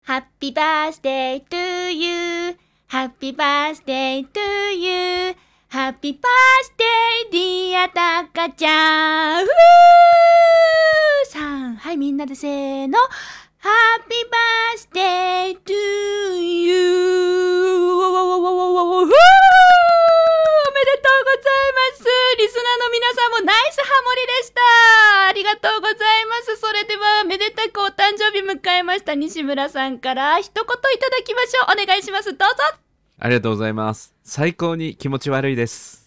Happy birthday to you Happy birthday to you Happy birthday dear たかちゃん3はいみんなでせーの Happy birthday to you おめでとうございますリスナーの皆さんもナイスハモリでしたありがとうございますそれではめでたくお誕生日迎えました西村さんから一言いただきましょうお願いしますどうぞありがとうございます最高に気持ち悪いです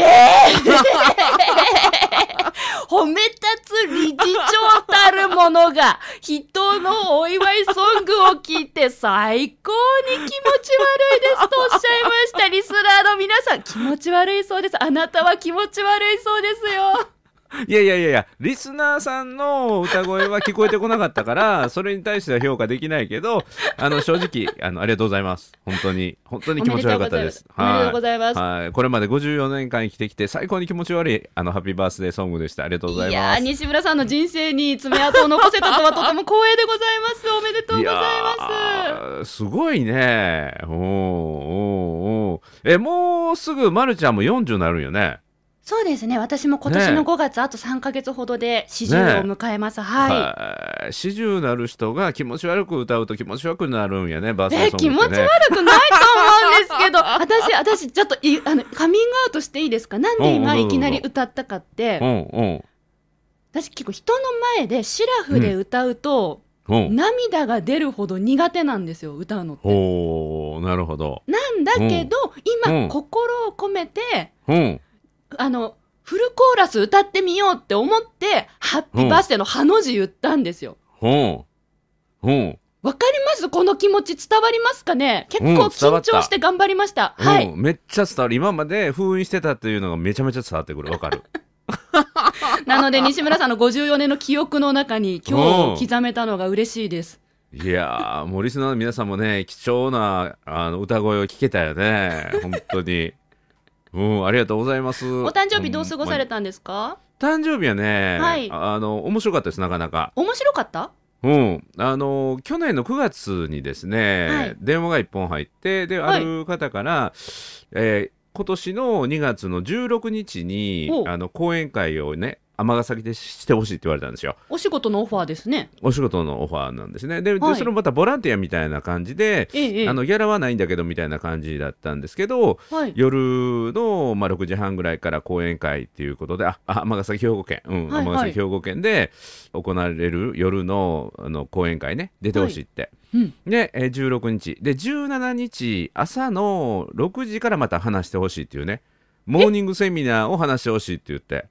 褒め立つ理事長たるものが人のお祝いソングを聞いて最高に気持ち悪いですとおっしゃいましたリスナーの皆さん気持ち悪いそうですあなたは気持ち悪いそうですよいやリスナーさんの歌声は聞こえてこなかったからそれに対しては評価できないけど正直ありがとうございます本当に気持ち悪かったですおめでとうございます、 はいこれまで54年間生きてきて最高に気持ち悪いハッピーバースデーソングでしたありがとうございますいや西村さんの人生に爪痕を残せたとはとても光栄でございますおめでとうございますすごいねもうすぐまるちゃんも40になるんよねそうですね私も今年の5月、あと3ヶ月ほどで40を迎えます、はい 40なる人が気持ち悪く歌うと気持ち悪くなるんやねバースデーソングってね気持ち悪くないと思うんですけど私ちょっとカミングアウトしていいですかなんで今いきなり歌ったかって私結構人の前でシラフで歌うと、涙が出るほど苦手なんですよ歌うのってなるほどなんだけど今、心を込めてフルコーラス歌ってみようって思ってハッピーバースデーのハの字言ったんですよわかりますこの気持ち伝わりますかね結構緊張して頑張りました、はい、 めっちゃ伝わる今まで封印してたっていうのがめちゃめちゃ伝わってくるわかるなので西村さんの54年の記憶の中に今日刻めたのが嬉しいですいやーもうリスナーの皆さんもね貴重な歌声を聞けたよね本当にありがとうございますお誕生日どう過ごされたんですか誕生日はね、 はい、 面白かったですなかなか面白かった去年の9月にですね、はい、電話が1本入ってで、ある方から、今年の2月の16日に講演会をね尼崎でしてほしいって言われたんですよお仕事のオファーですねお仕事のオファーなんですねで、それもまたボランティアみたいな感じで、ギャラはないんだけどみたいな感じだったんですけど、夜の、6時半ぐらいから講演会っていうことで尼崎兵庫県尼崎兵庫県で行われる夜の、講演会ね出てほしいって、で、16日で17日朝の6時からまた話してほしいっていうねモーニングセミナーを話してほしいって言って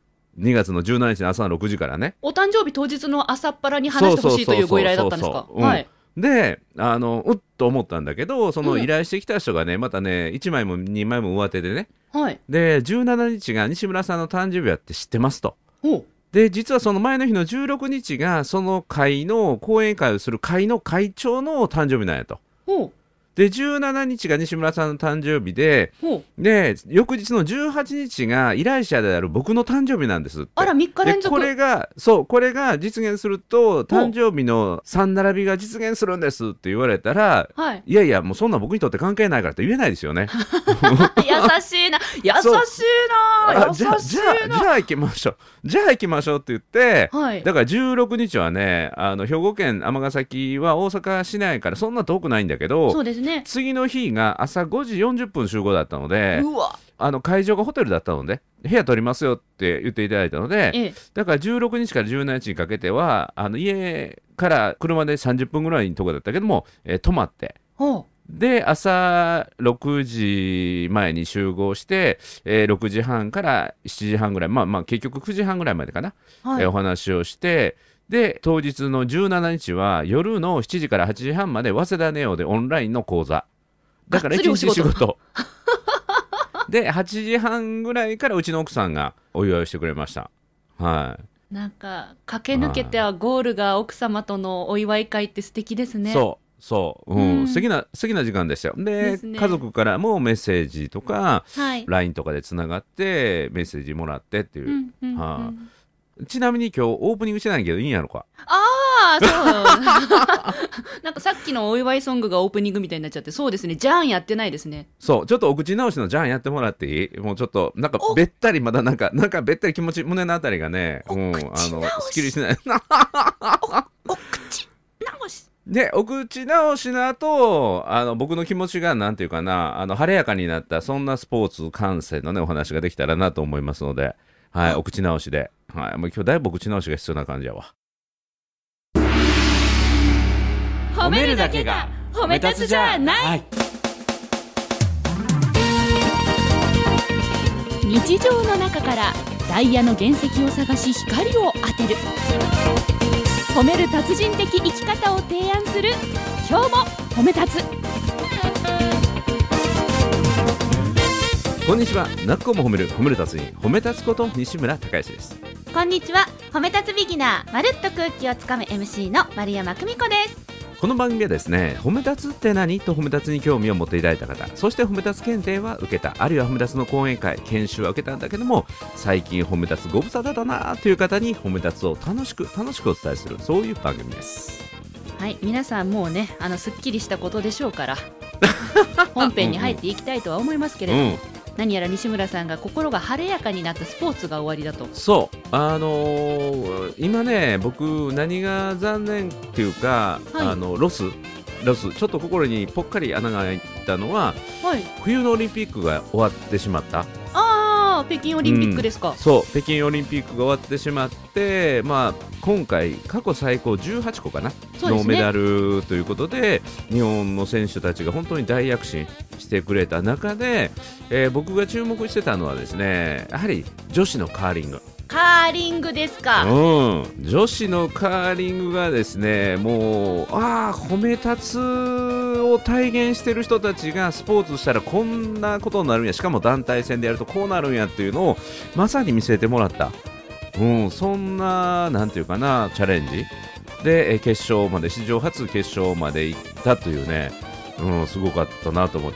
2月の17日の朝の6時からねお誕生日当日の朝っぱらに話してほしいというご依頼だったんですかでうっと思ったんだけどその依頼してきた人がねまたね1枚も2枚も上手でね、で17日が西村さんの誕生日やって知ってますとで実はその前の日の16日がその会の講演会をする会の会長の誕生日なんやとで17日が西村さんの誕生日で翌日の18日が依頼者である僕の誕生日なんですってあら3日連続これが実現すると誕生日の3並びが実現するんですって言われたら、いやもうそんな僕にとって関係ないからって言えないですよね優しいなじゃあ行きましょうって言って、だから16日はね兵庫県尼崎は大阪市内からそんな遠くないんだけどそうですね次の日が朝5時40分集合だったので会場がホテルだったので部屋取りますよって言っていただいたので、だから16日から17日にかけては家から車で30分ぐらいのところだったけども、泊まってで朝6時前に集合して、6時半から7時半ぐらい結局9時半ぐらいまでかな、お話をしてで当日の17日は夜の7時から8時半まで早稲田ネオでオンラインの講座だから1日仕事で8時半ぐらいからうちの奥さんがお祝いしてくれました。 なんか駆け抜けてはゴールが奥様とのお祝い会って素敵ですね。 素敵な時間でしたよ。で、家族からもメッセージとか、LINE とかでつながってメッセージもらってっていう、ちなみに今日オープニングしてないけどいいんやろか。 ああ、そうなんかさっきのお祝いソングがオープニングみたいになっちゃって、そうですね、ジャーンやってないですね。 そう、ちょっとお口直しのジャーンやってもらっていい？もうちょっとなんかべったり、まだなんかべったり気持ち、胸のあたりがね、すっきりしないお口直しで、お口直しの後、僕の気持ちがなんていうかな、晴れやかになった、そんなスポーツ観戦のねお話ができたらなと思いますので、はい、お口直しで、はい、もう今日だいぶお口直しが必要な感じやわ。 褒めるだけが褒め立つじゃない、日常の中からダイヤの原石を探し光を当てる、褒める達人的生き方を提案する、今日も褒め立つ。 こんにちは。なっこも褒める達人、褒め立つこと西村孝之です。 こんにちは。褒め立つビギナー、まるっと空気をつかむ MC の丸山久美子です。 この番組はですね、褒め立つって何と褒め立つに興味を持っていただいた方、そして褒め立つ検定は受けた、あるいは褒め立つの講演会研修は受けたんだけども、最近褒め立つご無沙汰だなという方に褒め立つを楽しくお伝えする、そういう番組です。 はい、皆さんもうね、すっきりしたことでしょうから本編に入っていきたいとは思いますけれども、何やら西村さんが心が晴れやかになったスポーツが終わりだと。 そう、今ね、僕何が残念っていうか、はい、ロスちょっと心にぽっかり穴が開いたのは、はい、冬のオリンピックが終わってしまった。 北京オリンピックですか。 そう、北京オリンピックが終わってしまって、今回過去最高18個かな、のメダルということで、日本の選手たちが本当に大躍進してくれた中で、僕が注目してたのはですね、やはり女子のカーリング。 カーリングですか。 女子のカーリングがですね、もう褒め立つを体現してる人たちがスポーツしたらこんなことになるんや、しかも団体戦でやるとこうなるんやっていうのをまさに見せてもらった、そんななんていうかな、チャレンジで決勝まで、史上初決勝まで行ったというね、すごかったなと思って。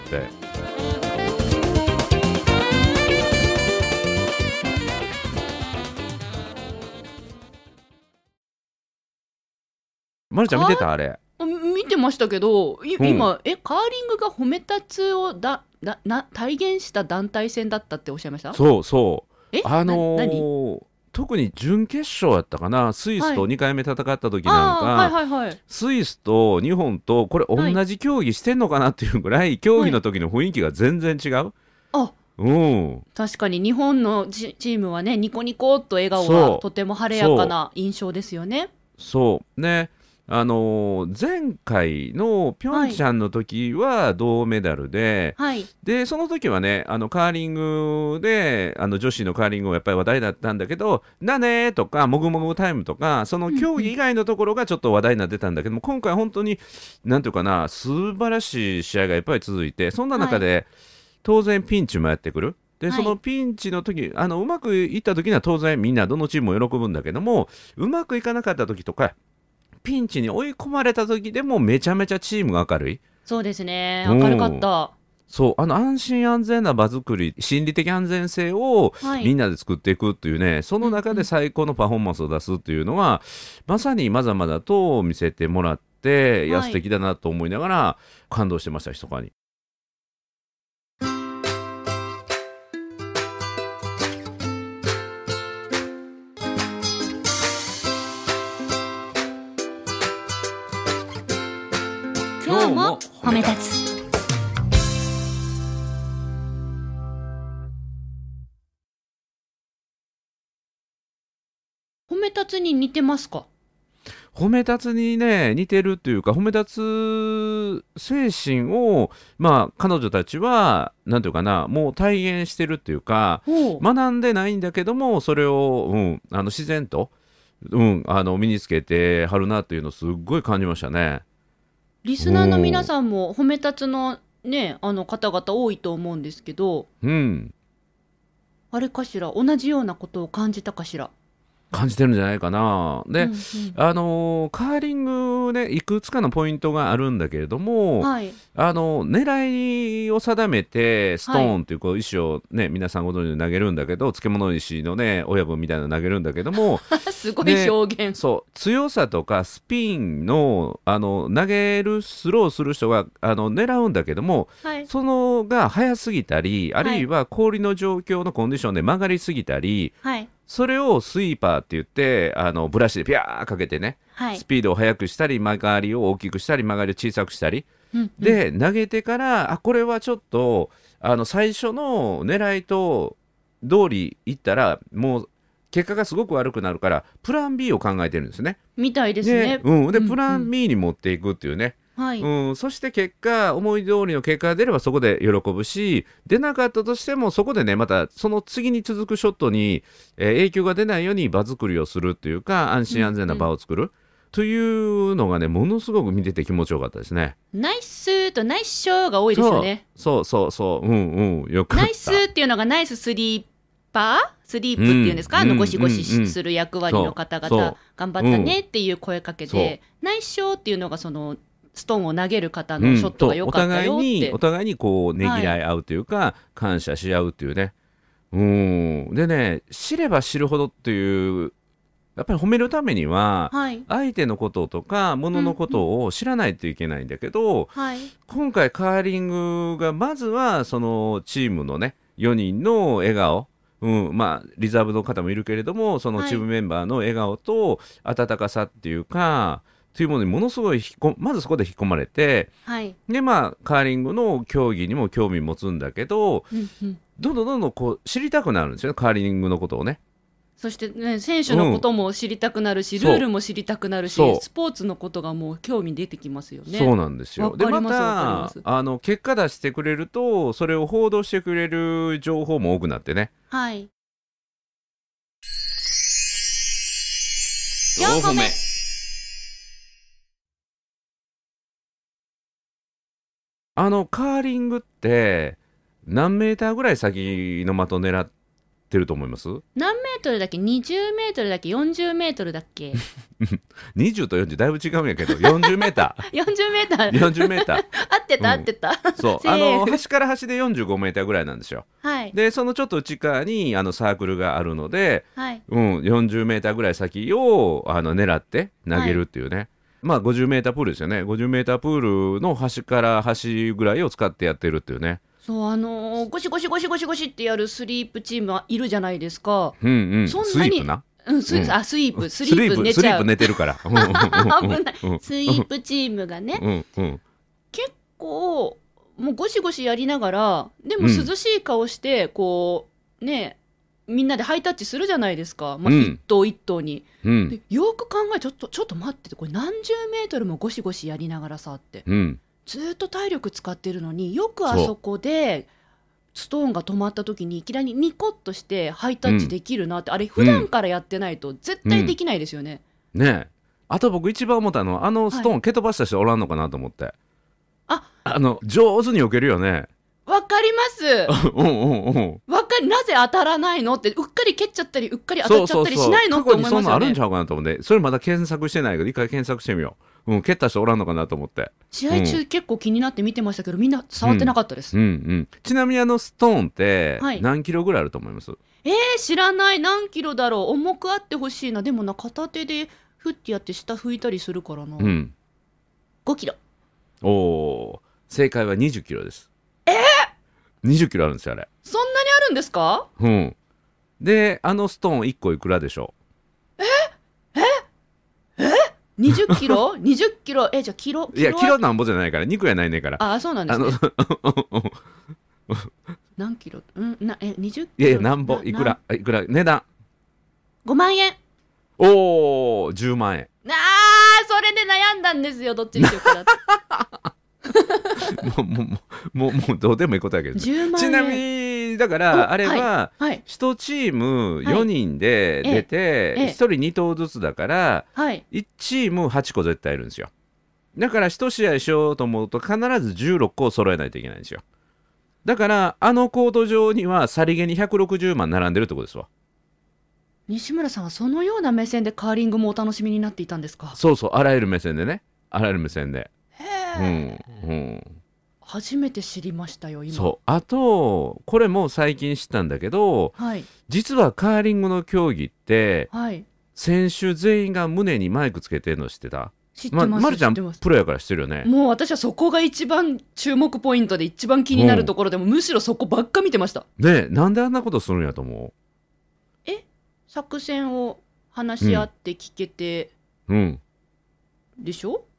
まるちゃん見てた？あれ見てましたけど、今、カーリングが褒め立つを体現した団体戦だったっておっしゃいました？ そう特に準決勝やったかな、スイスと2回目戦った時なんか、スイスと日本とこれ同じ競技してんのかなっていうぐらい、競技の時の雰囲気が全然違う。 確かに日本のチームはね、ニコニコっと笑顔がとても晴れやかな印象ですよね。 そうね、前回のピョンチャンの時は銅メダルで、でその時はね、カーリングで女子のカーリングはやっぱり話題だったんだけど、だねとかもぐもぐタイムとか、その競技以外のところがちょっと話題になってたんだけども、今回本当になんていうかな、素晴らしい試合がいっぱい続いて、そんな中で、当然ピンチもやってくる。でそのピンチの時、うまくいった時には当然みんなどのチームも喜ぶんだけども、うまくいかなかった時とかピンチに追い込まれた時でもめちゃめちゃチームが明るい。 そうですね、明るかった。 そう安心安全な場作り、心理的安全性をみんなで作っていくっていうね、その中で最高のパフォーマンスを出すっていうのは、まさにまざまざと見せてもらって、素敵だなと思いながら感動してました、密かに。 今日も褒め立つ。褒め立つに似てますか？ 褒め立つにね似てるというか、褒め立つ精神を彼女たちはなんていうかな、もう体現してるっていうか、学んでないんだけどもそれを、自然と、身につけてはるなっていうのをすっごい感じましたね。 リスナーの皆さんも褒め立つのね、方々多いと思うんですけど、あれかしら、同じようなことを感じたかしら。 感じてるんじゃないかな。で、カーリングね、いくつかのポイントがあるんだけれども、はい、狙いを定めてストーンっていうこう石をね、皆さんご存知で投げるんだけど、漬物石のね親分みたいなの投げるんだけどもすごい表現。 そう強さとかスピンの投げるスローする人が狙うんだけども、はい、そのが速すぎたり、あるいは氷の状況のコンディションで曲がりすぎたり、はい、それをスイーパーって言ってブラシでピャーかけてね、はい、スピードを速くしたり曲がりを大きくしたり曲がりを小さくしたり、で投げてからこれはちょっと最初の狙いと通りいったらもう結果がすごく悪くなるからプラン B を考えてるんですね。 みたいですね。 でプラン B に持っていくっていうね、そして結果思い通りの結果が出ればそこで喜ぶし、出なかったとしてもそこでねまたその次に続くショットに、影響が出ないように場作りをするっていうか、安心安全な場を作る、というのがねものすごく見てて気持ちよかったですね。 ナイスとナイスショーが多いですよね。 そうよかった。 ナイスっていうのがナイススリーパースリープっていうんですか、ゴシゴシする役割の方々、頑張ったねっていう声かけで、ナイスショーっていうのがそのストーンを投げる方のショットが良かったよって、 お互いにこうねぎらい合うというか、感謝し合うっていうね。でね、知れば知るほどっていうやっぱり褒めるためには、相手のこととか物のことを知らないといけないんだけど、今回カーリングがまずはそのチームのね4人の笑顔、リザーブの方もいるけれどもそのチームメンバーの笑顔と温かさっていうか、というものにものすごいまずそこで引っ込まれて、でカーリングの競技にも興味持つんだけど、どんどんこう知りたくなるんですよね、カーリングのことをね。 そしてね、選手のことも知りたくなるし、ルールも知りたくなるし、スポーツのことがもう興味出てきますよね。 そうなんですよ。でまた結果出してくれるとそれを報道してくれる情報も多くなってね。 はい。4個目。 カーリングって何メーターぐらい先の的を狙ってると思います？ 何メートルだっけ？20メートルだっけ？40メートルだっけ 20と40だいぶ違うんやけど40メーター 40メーター 40メーター合ってたそう端から端で45メーターぐらいなんですよ。でそのちょっと内側にサークルがあるので、40メーターぐらい先を狙って投げるっていうね、50メータープールですよね。50メータープールの端から端ぐらいを使ってやってるっていうね。 そうゴシゴシゴシゴシゴシってやるスリープチームはいるじゃないですか。 そんなにスイープな、 スイープ寝ちゃう。 寝てるから危ないスイープチームがね、結構もうゴシゴシやりながらでも涼しい顔してこうねみんなでハイタッチするじゃないですか、一頭一頭に、でよく考えちょっと待ってて、これ何十メートルもゴシゴシやりながらさって、ずっと体力使ってるのによくあそこでストーンが止まった時にいきなりニコッとしてハイタッチできるなって、あれ普段からやってないと絶対できないですよね。 ねえ、あと僕一番思ったのはストーン蹴飛ばした人おらんのかなと思って、上手に避けるよね。 わかりますなぜ当たらないのって、うっかり蹴っちゃったりうっかり当たっちゃったりしないのって思いますよね。過去にそんなあるんちゃうかなと思って、それまだ検索してないけど一回検索してみよう。蹴った人おらんのかなと思って、 試合中結構気になって見てましたけど、みんな触ってなかったです。 ちなみにストーンって何キロぐらいあると思います？ 知らない。何キロだろう。重くあってほしいな。でも片手でフッてやって下拭いたりするからな。5キロ。 正解は20キロです。20キロあるんですよあれ。 そんなにあるんですか？ でストーン1個いくらでしょう ？20キロ20キロじゃあキロいやキロなんぼじゃないから肉やないねんから。 そうなんですね何キロ20キロいやなんぼいくら値段 5万円。 10万円。 それで悩んだんですよ、どっちにしようかなってもうどうでもいいことやけど、 10万円。 ちなみにだからあれは1チーム4人で出て1人2投ずつだから1チーム8個絶対いるんですよ。だから1試合しようと思うと必ず16個を揃えないといけないんですよ。だからコート上にはさりげに160万並んでるってことですわ。 西村さんはそのような目線でカーリングもお楽しみになっていたんですか？ そうそう、あらゆる目線でね、あらゆる目線で。 へえ、初めて知りましたよ今。 そう、あとこれも最近知ったんだけど、 はい、 実はカーリングの競技って、 はい、 選手全員が胸にマイクつけてるの知ってた？ 知ってます、 まるちゃん知ってます。 プロやから知ってるよね。 もう私はそこが一番注目ポイントで一番気になるところでも、むしろそこばっか見てました。 ね、なんであんなことするんやと思作戦を話し合って聞けて、でしょ？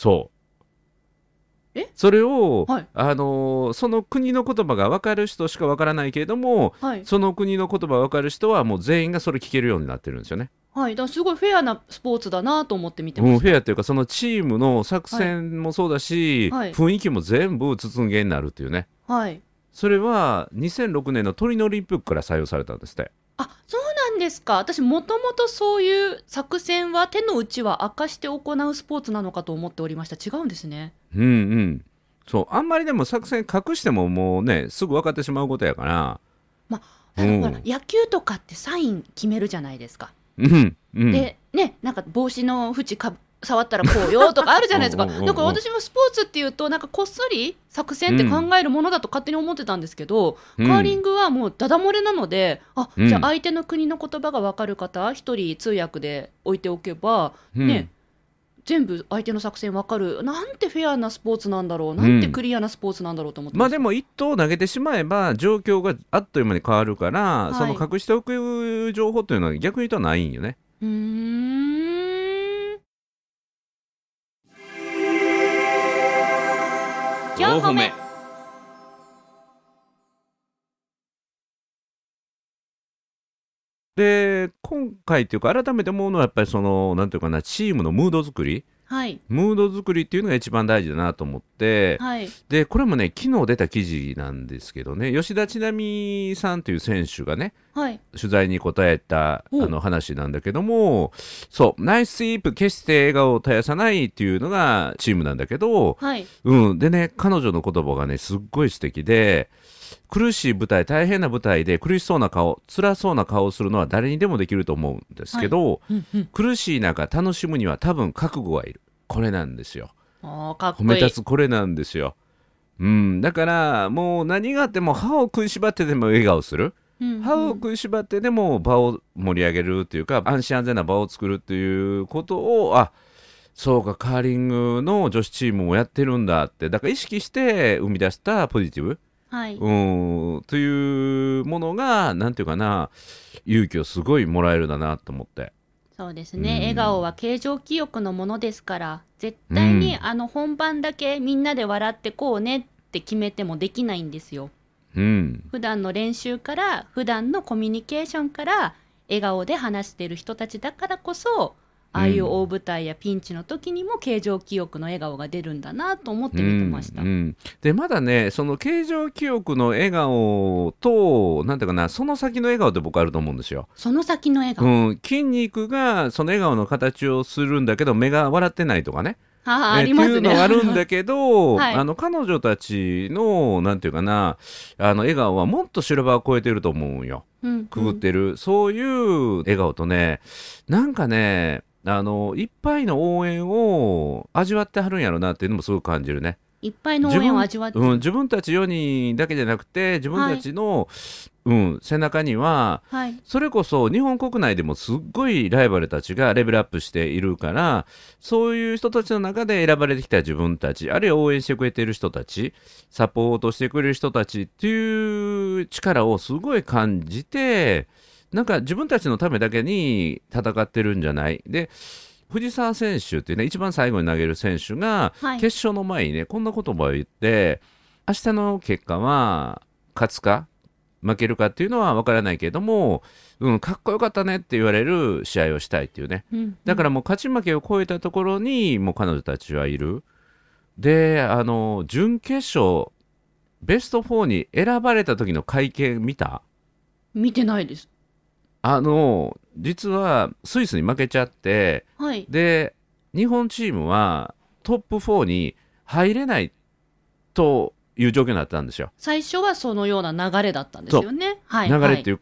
そうそれを、 はい、 その国の言葉が分かる人しか分からないけれども、 はい、 その国の言葉分かる人はもう全員がそれ聞けるようになってるんですよね。 はい、だからすごいフェアなスポーツだなと思って見てました。 フェアっていうか、そのチームの作戦もそうだし、 はい、 雰囲気も全部筒抜けになるっていうね。 はい、 それは2006年のトリノオリンピックから採用されたんですって。 あ、そうなんですか。私もともとそういう作戦は手の内は明かして行うスポーツなのかと思っておりました。違うんですね。 そう、あんまりでも作戦隠してももうね、すぐ分かってしまうことやから。 ほら野球とかってサイン決めるじゃないですか。でね、なんか帽子の縁触ったらこうよとかあるじゃないですか。だから私もスポーツっていうとなんかこっそり作戦って考えるものだと勝手に思ってたんですけど、カーリングはもうダダ漏れなので、じゃあ相手の国の言葉が分かる方一人通訳で置いておけば、ね、全部相手の作戦分かる。なんてフェアなスポーツなんだろう、なんてクリアなスポーツなんだろうと思ってました。 でも一投投げてしまえば状況があっという間に変わるから、その隠しておく情報というのは逆に言うとないんよね。 4歩目。 で、今回というか改めて思うのはやっぱりそのなんていうかな、チームのムード作り、ムード作りっていうのが一番大事だなと思って、でこれもね昨日出た記事なんですけどね、吉田知那美さんという選手がね、取材に答えた話なんだけども、そうナイススイープ、決して笑顔を絶やさないっていうのがチームなんだけど、でね、彼女の言葉がねすっごい素敵で、苦しい舞台、大変な舞台で苦しそうな顔、辛そうな顔をするのは誰にでもできると思うんですけど、苦しい中楽しむには多分覚悟がいる。これなんですよ。 かっこいい。 褒め立つこれなんですよ。だからもう何があっても歯を食いしばってでも笑顔する、歯を食いしばってでも場を盛り上げるっていうか、安心安全な場を作るっていうことを、そうか、カーリングの女子チームもやってるんだって、だから意識して生み出したポジティブ、というものがなんていうかな、勇気をすごいもらえるだなと思って。 そうですね、笑顔は形状記憶のものですから、絶対に本番だけみんなで笑ってこうねって決めてもできないんですよ。普段の練習から普段のコミュニケーションから笑顔で話している人たちだからこそ、ああいう大舞台やピンチの時にも形状記憶の笑顔が出るんだなと思って見てました。 でまだね、その形状記憶の笑顔となんていうかな、その先の笑顔って僕あると思うんですよ。 その先の笑顔、 筋肉がその笑顔の形をするんだけど目が笑ってないとかね、 ありますね、 っていうのがあるんだけど、彼女たちのなんていうかな、笑顔はもっと修羅場を超えてると思うんよ、くぐってる、そういう笑顔とね、なんかね、いっぱいの応援を味わってはるんやろなっていうのもすごく感じるね。 いっぱいの応援を味わって自分たち4人だけじゃなくて、自分たちの、背中には、それこそ日本国内でもすっごいライバルたちがレベルアップしているから、そういう人たちの中で選ばれてきた自分たち、あるいは応援してくれている人たち、サポートしてくれる人たちっていう力をすごい感じて、なんか自分たちのためだけに戦ってるんじゃない。で、藤澤選手っていうね、一番最後に投げる選手が、決勝の前にねこんな言葉を言って、明日の結果は勝つか負けるかっていうのは分からないけれども、かっこよかったねって言われる試合をしたいっていうね、だからもう勝ち負けを超えたところにもう彼女たちはいる。で、準決勝ベスト4に選ばれた時の会見見た？ 見てないです。 実はスイスに負けちゃって、で日本チームはトップ4に入れないという状況になったんですよ。 最初はそのような流れだったんですよね。 流れっていうか、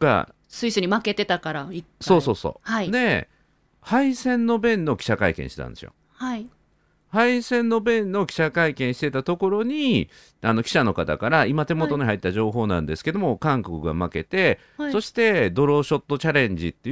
スイスに負けてたから1回。 そうそうそう、 はい、 で敗戦の弁の記者会見してたんですよ。 はい、 敗戦の弁の記者会見してたところに記者の方から今手元に入った情報なんですけども、韓国が負けて、そしてドローショットチャレンジっていう、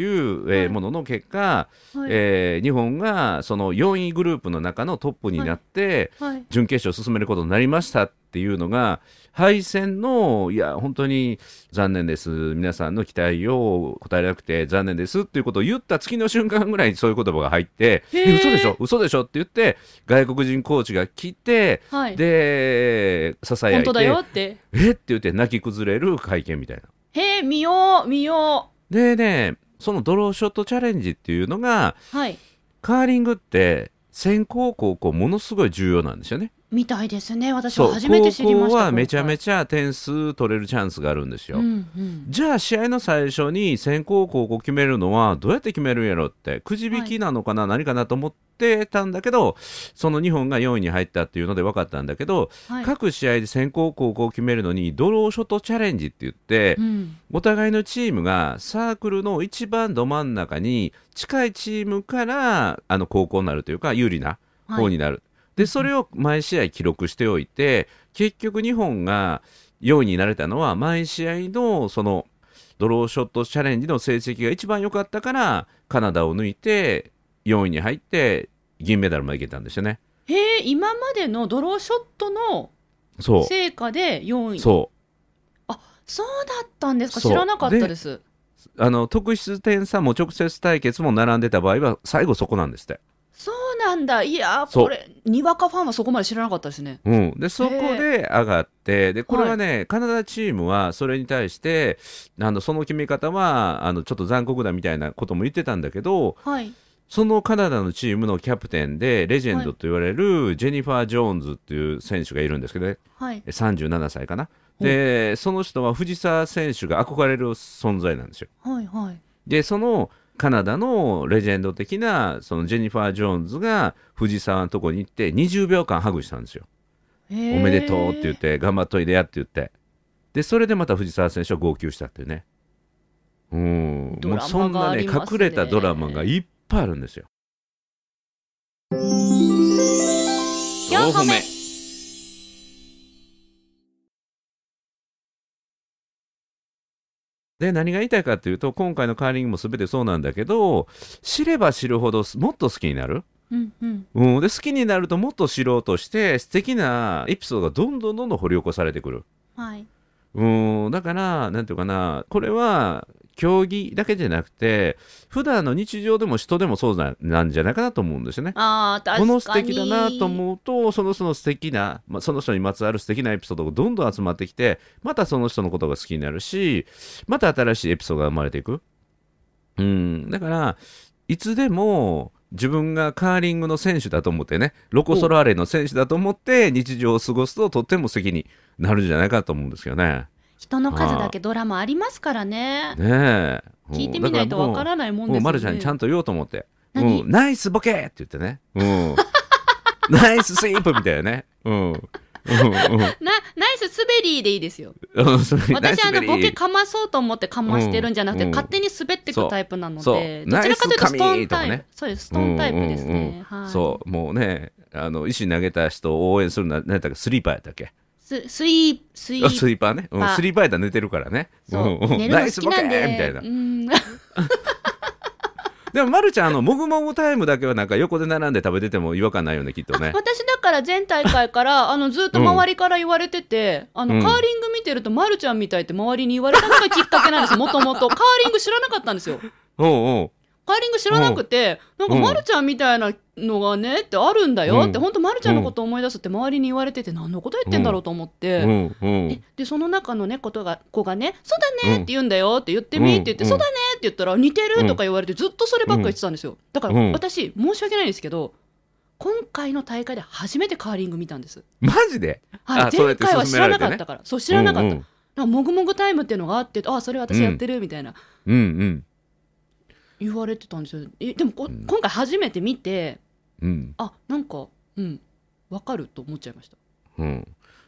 ものの結果、日本がその4位グループの中のトップになって、準決勝進めることになりましたっていうのが敗戦の、いや本当に残念です、皆さんの期待を応えなくて残念ですっていうことを言った次の瞬間ぐらいにそういう言葉が入って、嘘でしょ嘘でしょって言って外国人コーチが来て、で支え合いて本当だよってって言って泣き崩れる会見みたいな。 へえ、見よう見ようでね、そのドローショットチャレンジっていうのが、カーリングって先攻後攻ものすごい重要なんですよね。 みたいですね。私は初めて知りました。 高校はめちゃめちゃ点数取れるチャンスがあるんですよ、じゃあ試合の最初に先攻後攻決めるのはどうやって決めるんやろってくじ引きなのかな、何かなと思ってたんだけど、その日本が4位に入ったっていうので分かったんだけど、各試合で先攻後攻決めるのにドローショットチャレンジって言って、お互いのチームがサークルの一番ど真ん中に近いチームから後攻になるというか有利な方になる、でそれを毎試合記録しておいて、結局日本が4位になれたのは毎試合のそのドローショットチャレンジの成績が一番良かったからカナダを抜いて4位に入って銀メダルもいけたんですよね。 へえ、今までのドローショットの成果で4位。そうだったんですか。知らなかったです。 特筆点差も直接対決も並んでた場合は最後そこなんですって。 そうなんだ。いやこれにわかファンはそこまで知らなかったですね。 でそこで上がって、でこれはね、カナダチームはそれに対してその決め方はちょっと残酷だみたいなことも言ってたんだけど、そのカナダのチームのキャプテンでレジェンドと言われるジェニファー・ジョーンズっていう選手がいるんですけどね、37歳かな。でその人は藤澤選手が憧れる存在なんですよ。でそのカナダのレジェンド的なそのジェニファー・ジョーンズが藤澤のとこに行って20秒間ハグしたんですよ。おめでとうって言って頑張っといでやって言って、でそれでまた藤澤選手は号泣したっていうね。もうそんなね隠れたドラマがいっぱいあるんですよ。 4歩目。 で何が言いたいかというと、今回のカーリングも全てそうなんだけど、知れば知るほどもっと好きになる、で好きになるともっと知ろうとして素敵なエピソードがどんどん掘り起こされてくる、だからなんていうかな、これは競技だけじゃなくて普段の日常でも人でもそうなんじゃないかなと思うんですよね。 確かにこの素敵だなと思うとその人の素敵な、その人にまつわる素敵なエピソードがどんどん集まってきて、またその人のことが好きになるし、また新しいエピソードが生まれていく。だからいつでも自分がカーリングの選手だと思ってね、ロコ・ソラーレの選手だと思って日常を過ごすととっても素敵になるんじゃないかと思うんですよね。 人の数だけドラマありますからね。聞いてみないとわからないもんですよね。 まるちゃんにちゃんと言おうと思って、ナイスボケって言ってね、ナイススイープみたいなね、ナイス滑りでいいですよ。私ボケかまそうと思ってかましてるんじゃなくて、勝手に滑っていくタイプなので、どちらかというとストーンタイプ、そうです、ストーンタイプですね。 そうもうね、石投げた人を応援するのは何だっけ、スリーパーやったっけ、 スイーパーね、スリーパーやったら寝てるからね、 寝るの好きなんでナイスボケみたいな。でもまるちゃんもぐもぐタイムだけはなんか横で並んで食べてても違和感ないよねきっとね。 私だから前大会からずっと周りから言われてて、カーリング見てるとまるちゃんみたいって周りに言われたのがきっかけなんですよ。もともとカーリング知らなかったんですよ。カーリング知らなくて、なんかまるちゃんみたいなのがねってあるんだよって、本当まるちゃんのことを思い出すって周りに言われてて、何のこと言ってんだろうと思って、でその中のね子がね、そうだねって言うんだよって言ってみって言って、そうだねって言ったら似てるとか言われて、ずっとそればっかり言ってたんですよ。だから私申し訳ないんですけど、今回の大会で初めてカーリング見たんです。 マジで？ 前回は知らなかったから。そう知らなかった。もぐもぐタイムっていうのがあって、それ私やってるみたいな言われてたんですよ。でも今回初めて見て、なんか分かると思っちゃいました。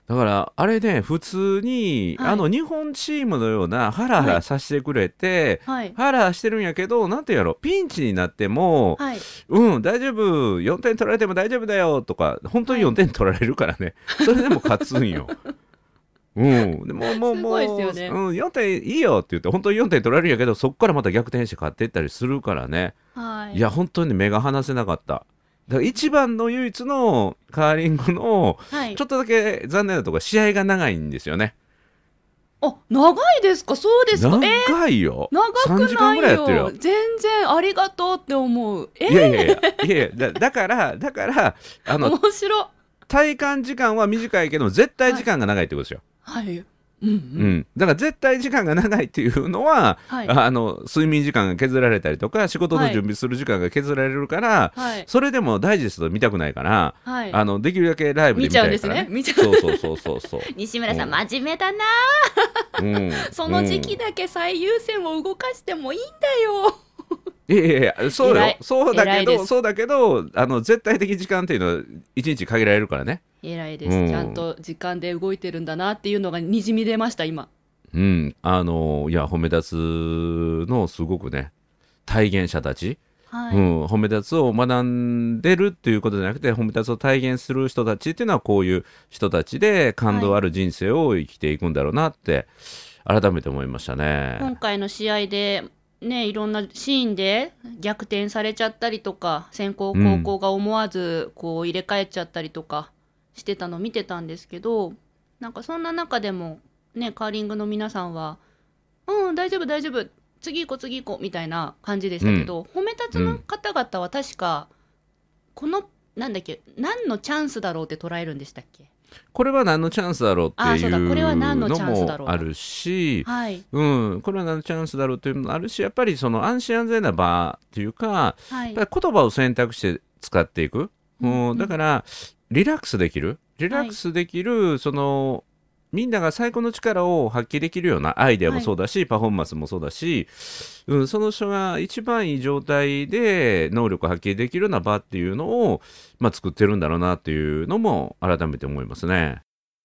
だからあれね、普通に、 はい、 日本チームのようなハラハラさせてくれて、 はい、 ハラハラしてるんやけど、なんていうやろ、ピンチになっても、 はい、 大丈夫、4点取られても大丈夫だよとか、本当にはい。 4点取られるからね、それでも勝つんよ。でもすごいですよね。 4点いいよって言って、本当に4点取られるんやけど、そこからまた逆転して勝っていったりするからね。 はい。 いや、本当に目が離せなかった。だから一番の唯一のカーリングのはい。 ちょっとだけ残念なところ、試合が長いんですよね。 あ、長いですか？そうですか？ 長いよ。 長 3 くな時間ぐらいやってるよ。 いよ。全然ありがとうって思う。 いやいやいやいやいや、だから面白。 体感時間は短いけど絶対はい。 時間が長いってことですよ。 はい。うんうん。 だから絶対時間が長いっていうのは、 はい。 睡眠時間が削られたりとか仕事のはい。 準備する時間が削られるから、 はい。 それでもダイジェスト見たくないから、 はい。 できるだけライブで見ち見ゃうんですね。 たいからね。 見ちゃう。 そうそうそうそうそ西村う。 さん、真面目だな。その時期うん。 だけ最優先を動かしてもいいんだよ。 いやいやいや、そうよ。 偉い。偉いです。 そうだけど、絶対的時間っていうのは一日限られるからね。 偉いです。ちゃんうん。 と時間で動いてるんだなっていうのがにじみ出ました、今。 いや、褒め立つのすごくね、体現者たち、 はい。 褒め立つを学んでるっていうことじゃなくて、褒め立つを体現する人たちっていうのは、こういう人たちで感はい。 動ある人生を生きていくんだろうなって、改めて思いましたね。 今回の試合で、ね、いろんなシーンで逆転されちゃったりとか、先攻後うん、 攻が思わずこう入れ替えちゃったりとかしてたのを見てたんですけど、なんかそんな中でも、ね、カーリングの皆さんは、うん、大丈夫大丈夫、次行こう次行こうみたいな感じでしうん、 たけど、褒め立つのうん。 方々は確か、この、なんだっけ、何のチャンスだろうって捉えるんでしたっけ？ これは何のチャンスだろうっていああ、そうだ、これは何うののチャンスだもあるろうと。 し、 はい、 これは何のチャンスだろうっていうのもあるし、やっぱりその安心安全な場っていうか、 はい、 やっぱり言葉を選択して使っていく。 うんうん、 だからリラックスできる、 はい、 そのみんなが最高の力を発揮できるようなアイデアもはい。 そうだし、パフォーマンスもそうだし、その人が一番いい状態で能力を発揮できるような場っていうのを、作ってるんだろうなっていうのも改めて思いますね。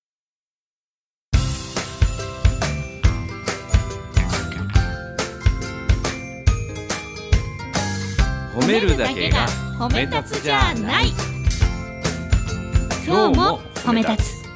褒め褒めるだけがるだけが褒め褒め立つ立つじじゃない。 ゃない。今日も今日も褒褒め立つ。 め立つ。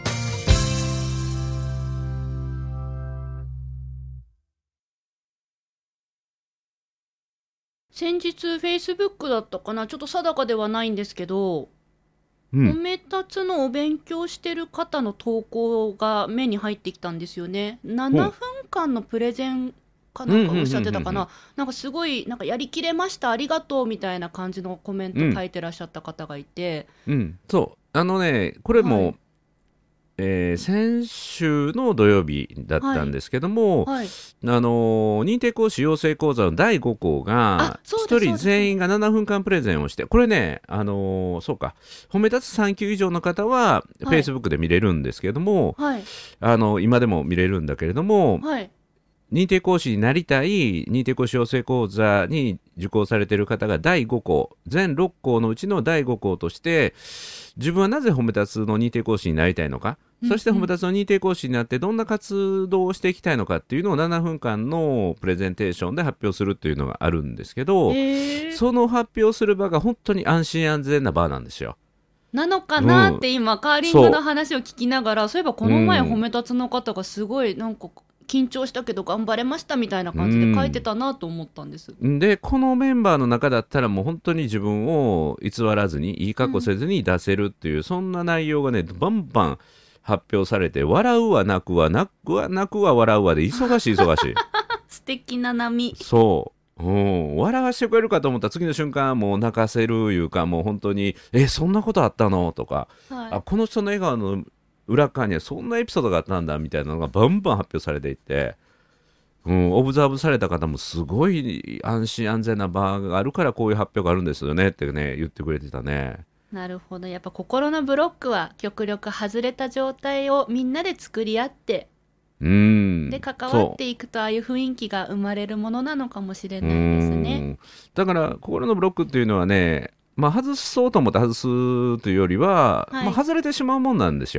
先日 Facebook だったかな、ちょっと定かではないんですけど、褒うん。 め立つのお勉強してる方の投稿が目に入ってきたんですよね。7 ほう。 分間のプレゼンかうん、うん、うん、 なんかおっしゃってたかうん。 な。なんかすごい、なんかやりきれました、ありがとうみたいな感じのコメンうん、 ト書いてらっしゃった方がいて、 うん。そう。これも、 はい、 先週の土曜日だっはい、 たんですけども、 はい。 認定講師養成講座の第5講あ、 が、1 そうだそう人全員がだそうだ。 7分間プレゼンをして、これね、そうか、褒め立つ3級以上の方は、 はい、 Facebook で見れるんですけども、 はい、 今でも見れるんだけれども、 はい、 認定講師になりたい認定講師養成講座に受講されている方が第5項、全6項のうちの第5項として、自分はなぜ褒め立つの認定講師になりたいのか、そして褒めうんうん。 立つの認定講師になってどんな活動をしていきたいのかっていうのを7分間のプレゼンテーションで発表するっていうのがあるんですけど、 へえ。 その発表する場が本当に安心安全な場なんですよ。 なのかうん、 なって今、カーリングのそ話を聞きながら、そういえばこう、うの前褒ん、 め立つの方がすごいなんか緊張したけど頑張れましたみたいなう感じで書いてん。 たなと思ったんです。 で、このメンバーの中だったらもう本当に自分を偽らずに、いいうん。 格好せずに出せるっていう、そんな内容がね、バンバン発表されて、笑うわ、泣くわ、泣くわ、笑うわで、忙しい、忙しい。 素敵な波。 そう。笑わしてくれるかと思ったら次の瞬間もう泣かせるいうか、もう本当にそんなことあったのとか、 はい。 この人の笑顔の裏側にはそんなエピソードがあったんだみたいなのがバンバン発表されていって、オブザーブされた方もすごい安心安全な場があるからこういう発表があるんですよねってね言ってくれてたね。 なるほど。やっぱ心のブロックは極力外れた状態をみんなで作り合って、で関わっそていくとああいう雰囲気が生まれるものなのかもしれう。 ないですね。 だから心のブロックっていうのはね、外そうと思って外すというよりは、 はい。 外れてしまうもんなんですよ。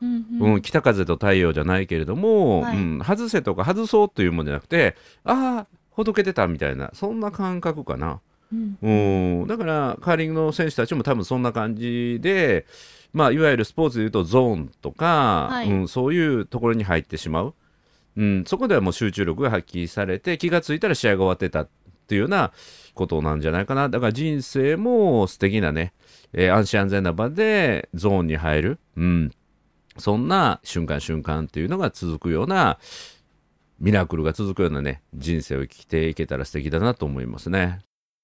北風と太陽じゃないけれども、はい、外せとか外そうというもんじゃなくて、ああほどけてたみたいな、そんな感覚かな。だからカーリングの選手たちも多分そんな感じで、いわゆるスポーツでいうとゾーンとか、はい、そういうところに入ってしまう、そこではもう集中力が発揮されて、気がついたら試合が終わってたっていうようなことなんじゃないかな。だから人生も素敵なね、安心安全な場でゾーンに入る、そんな瞬間瞬間っていうのが続くような、ミラクルが続くようなね、人生を生きていけたら素敵だなと思いますね。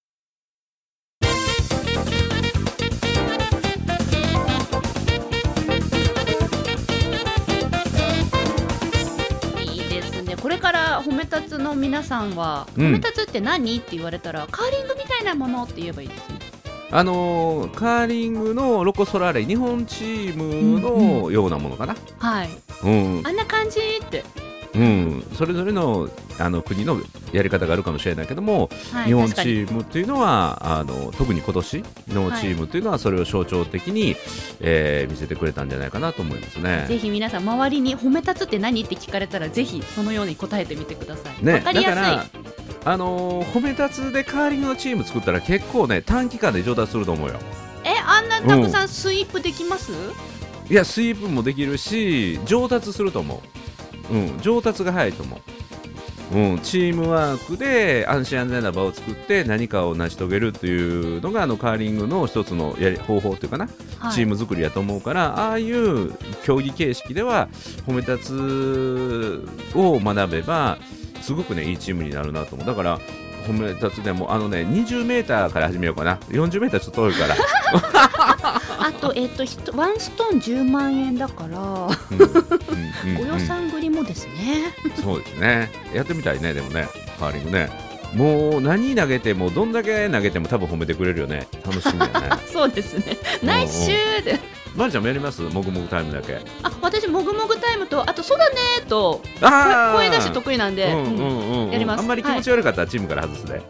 これから褒め立つの皆さんは、褒め立つって何って言われたら、カーリングみたいなものって言えばいいですね。 カーリングのロコ・ソラーレ日本チームのようなものかな、 はい、あんな感じって、 それぞれの国のやり方があるかもしれないけども、はい、日本チームっていうのは特に今年のチームっていうのはそれを象徴的に、見せてくれたんじゃないかなと思いますね。 ぜひ皆さん周りに褒め立つって何って聞かれたら、ぜひそのように答えてみてください、ね、分かりやすい。だから褒め立つでカーリングのチーム作ったら結構ね、短期間で上達すると思うよ。 あんなたくさんスイープできます？ いや、スイープもできるし上達すると思う、上達が早いと思う。チームワークで安心安全な場を作って何かを成し遂げるっていうのがカーリングの一つの方法というかな、はい、チーム作りやと思うから、ああいう競技形式では褒め立つを学べばすごくね、いいチームになるなと思う。だから褒め立つでも20メーターから始めようかな。40メーターちょっと遠いからあと、ワンストーン10万円だから、ご予算繰りもですね。 そうですね、やってみたいね。でもね、カーリングね、もう何投げてもどんだけ投げても多分褒めてくれるよね。楽しみだよねそうですね、ナイスシューで。 まるちゃんもやります？もぐもぐタイムだけ。 私もぐもぐタイムと、あとそうだねと声出し得意なんでやります。 あんまり気持ち悪かったらチームから外すで。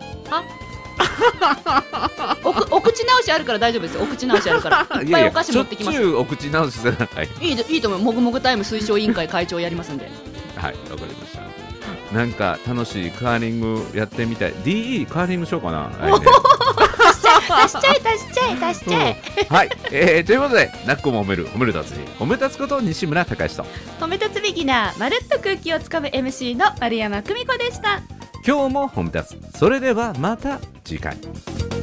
お口直しあるから大丈夫ですよ。お口直しあるからいっぱいお菓子持ってきます。 しょっちゅうお口直しせない。 いいと思う。もぐもぐタイム推奨委員会会長やりますんで。 はい、わかりました。なんか楽しいカーリングやってみたい。 DE カーリングしようかな。 足しちゃえはい、ということで、なっこも褒める達人、褒め立つこと西村孝之と、 褒め立つビギナー、まるっと空気をつかむ MC の丸山久美子でした。 今日も褒め立つ。それではまた次回。